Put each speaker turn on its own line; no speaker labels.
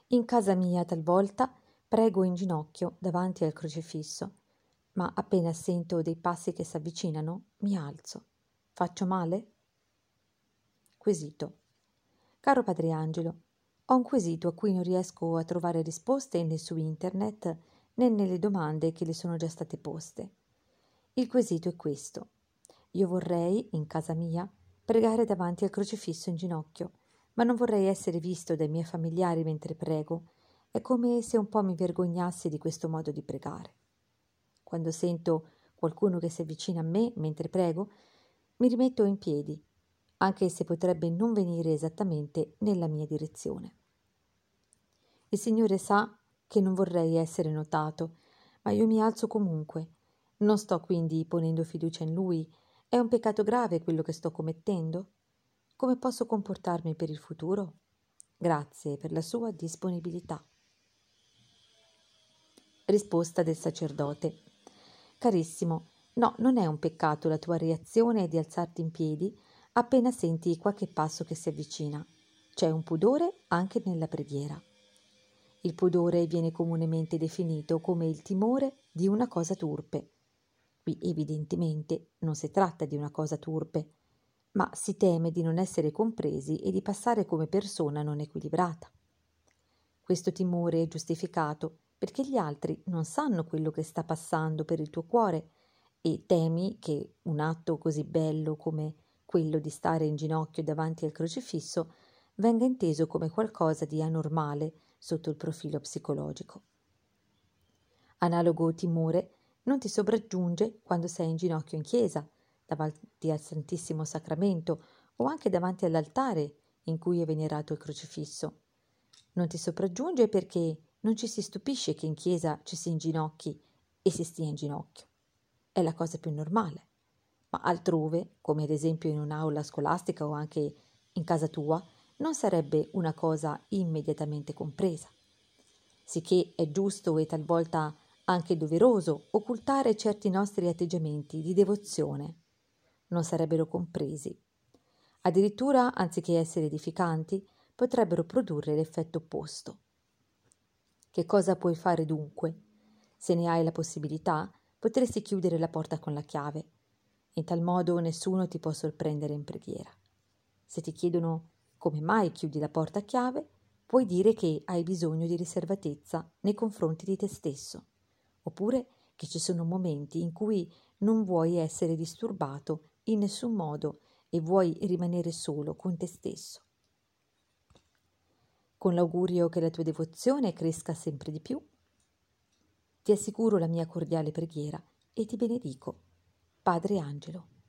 In casa mia talvolta prego in ginocchio davanti al crocifisso, ma appena sento dei passi che s'avvicinano, mi alzo. Faccio male? Quesito. Caro Padre Angelo, ho un quesito a cui non riesco a trovare risposte né su internet né nelle domande che le sono già state poste. Il quesito è questo. Io vorrei, in casa mia, pregare davanti al crocifisso in ginocchio, ma non vorrei essere visto dai miei familiari mentre prego. È come se un po' mi vergognassi di questo modo di pregare. Quando sento qualcuno che si avvicina a me mentre prego, mi rimetto in piedi, anche se potrebbe non venire esattamente nella mia direzione. Il Signore sa che non vorrei essere notato, ma io mi alzo comunque. Non sto quindi ponendo fiducia in Lui. È un peccato grave quello che sto commettendo? Come posso comportarmi per il futuro? Grazie per la sua disponibilità. Risposta del sacerdote. Carissimo, no, non è un peccato la tua reazione di alzarti in piedi appena senti qualche passo che si avvicina. C'è un pudore anche nella preghiera. Il pudore viene comunemente definito come il timore di una cosa turpe. Qui evidentemente non si tratta di una cosa turpe, ma si teme di non essere compresi e di passare come persona non equilibrata. Questo timore è giustificato perché gli altri non sanno quello che sta passando per il tuo cuore e temi che un atto così bello come quello di stare in ginocchio davanti al crocifisso venga inteso come qualcosa di anormale sotto il profilo psicologico. Analogo timore non ti sopraggiunge quando sei in ginocchio in chiesa, davanti al Santissimo Sacramento o anche davanti all'altare in cui è venerato il crocifisso. Non ti sopraggiunge perché non ci si stupisce che in chiesa ci si inginocchi e si stia in ginocchio. È la cosa più normale. Ma altrove, come ad esempio in un'aula scolastica o anche in casa tua, non sarebbe una cosa immediatamente compresa. Sicché è giusto e talvolta anche doveroso occultare certi nostri atteggiamenti di devozione. Non sarebbero compresi. Addirittura, anziché essere edificanti, potrebbero produrre l'effetto opposto. Che cosa puoi fare dunque? Se ne hai la possibilità, potresti chiudere la porta con la chiave. In tal modo nessuno ti può sorprendere in preghiera. Se ti chiedono come mai chiudi la porta a chiave, puoi dire che hai bisogno di riservatezza nei confronti di te stesso, oppure che ci sono momenti in cui non vuoi essere disturbato in nessun modo e vuoi rimanere solo con te stesso. Con l'augurio che la tua devozione cresca sempre di più, ti assicuro la mia cordiale preghiera e ti benedico. Padre Angelo.